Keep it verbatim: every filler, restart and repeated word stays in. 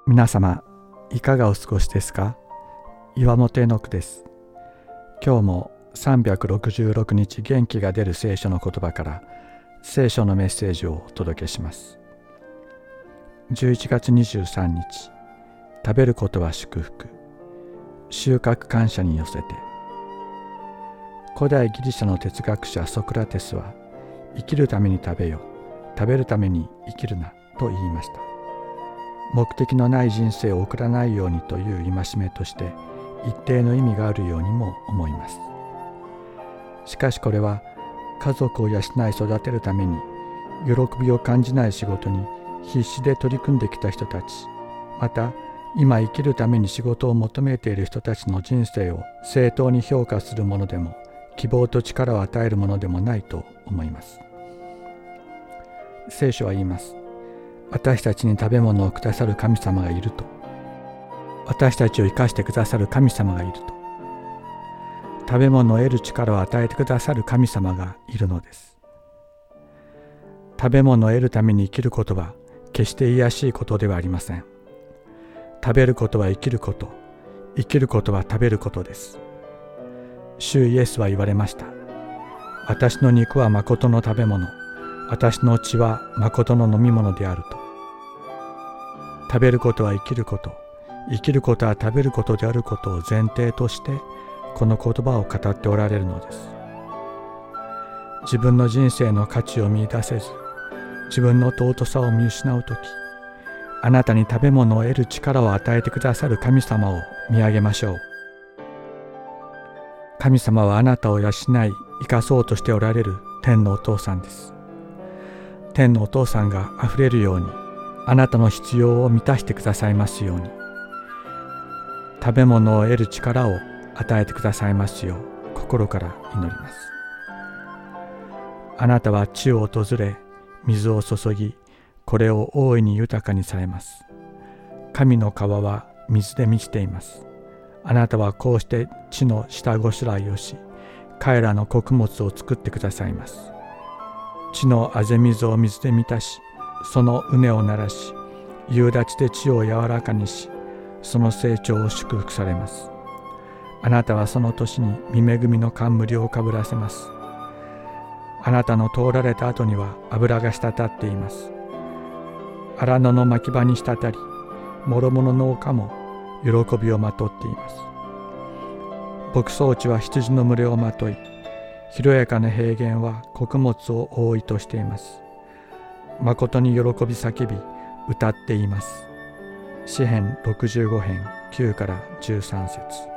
皆様いかがお過ごしですか？岩本絵の句です。今日もさんびゃくろくじゅうろくにち元気が出る聖書の言葉から聖書のメッセージをお届けします。じゅういちがつにじゅうさんにち、食べることは祝福、収穫感謝に寄せて。古代ギリシャの哲学者ソクラテスは、生きるために食べよ、食べるために生きるなと言いました。目的のない人生を送らないようにという戒めとして一定の意味があるようにも思います。しかしこれは家族を養い育てるために喜びを感じない仕事に必死で取り組んできた人たち、また今生きるために仕事を求めている人たちの人生を正当に評価するものでも希望と力を与えるものでもないと思います。聖書は言います。私たちに食べ物をくださる神様がいると。私たちを生かしてくださる神様がいると。食べ物を得る力を与えてくださる神様がいるのです。食べ物を得るために生きることは決して卑しいことではありません。食べることは生きること、生きることは食べることです。主イエスは言われました。私の肉は誠の食べ物、私の血は誠の飲み物であると。食べることは生きること、生きることは食べることであることを前提としてこの言葉を語っておられるのです。自分の人生の価値を見出せず、自分の尊さを見失うとき、あなたに食べ物を得る力を与えてくださる神様を見上げましょう。神様はあなたを養い生かそうとしておられる天のお父さんです。天のお父さんがあふれるようにあなたの必要を満たしてくださいますように。食べ物を得る力を与えてくださいますよう心から祈ります。あなたは地を訪れ、水を注ぎ、これを大いに豊かにされます。神の川は水で満ちています。あなたはこうして地の下ごしらえをし、彼らの穀物を作ってくださいます。地のあぜ水を水で満たし、その畝をならし、夕立で地を柔らかにし、その成長を祝福されます。あなたはその年に実恵みの冠をかぶらせます。あなたの通られた後には油が滴っています。荒野の牧場に滴り、諸々の農家も喜びをまとっています。牧草地は羊の群れをまとい、広やかな平原は穀物を覆いとしています。誠に喜び叫び歌っています。詩編ろくじゅうごへんきゅうからじゅうさんせつ。